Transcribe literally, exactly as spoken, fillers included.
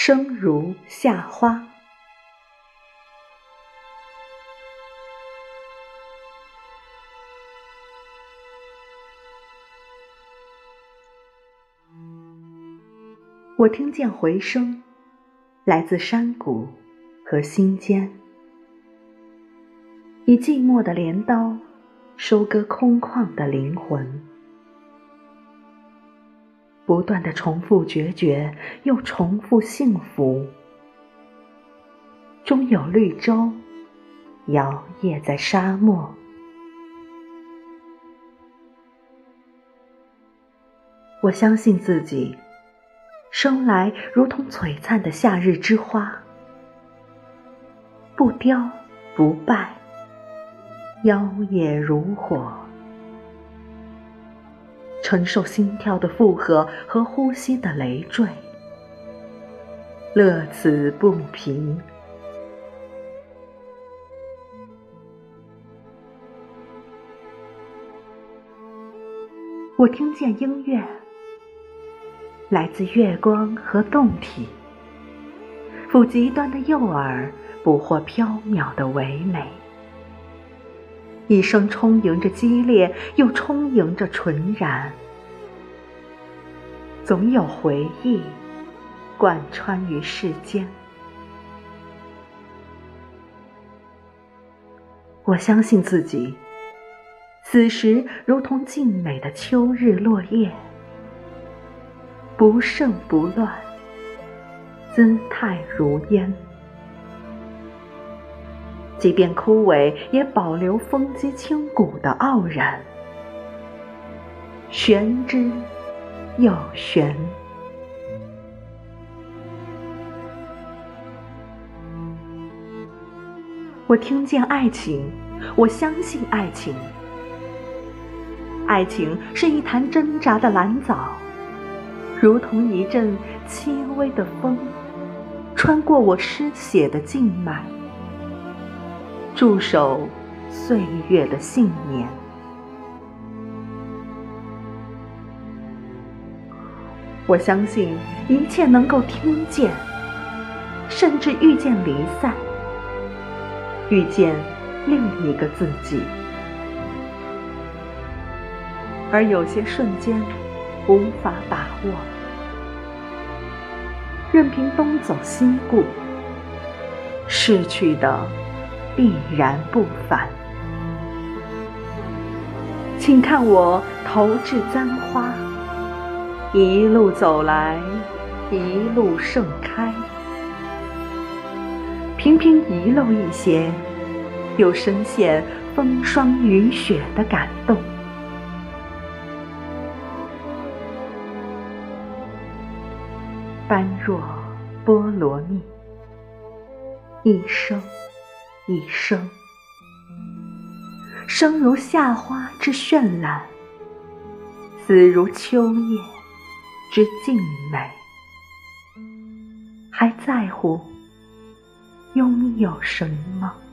生如夏花。我听见回声，来自山谷和心间，以寂寞的镰刀收割空旷的灵魂，不断地重复决绝，又重复幸福，终有绿洲摇曳在沙漠。我相信自己生来如同璀璨的夏日之花，不凋不败，妖冶如火，承受心跳的负荷和呼吸的累赘，乐此不疲。我听见音乐，来自月光和动体，抚极端的诱饵，捕获缥缈的唯美，一生充盈着激烈，又充盈着纯然，总有回忆贯穿于世间。我相信自己此时如同静美的秋日落叶，不胜不乱，姿态如烟，即便枯萎也保留风肌清骨的傲然，玄之又玄。我听见爱情，我相信爱情。爱情是一潭挣扎的蓝藻，如同一阵轻微的风，穿过我失血的静脉，驻守岁月的信念。我相信一切能够听见，甚至遇见离散，遇见另一个自己。而有些瞬间无法把握，任凭东走西顾，逝去的必然不返。请看我投掷簪花，一路走来，一路盛开，频频遗漏一些，又深陷风霜雨雪的感动。般若波罗蜜，一生一生，生如夏花之绚烂，死如秋叶之静美。还在乎拥有什么？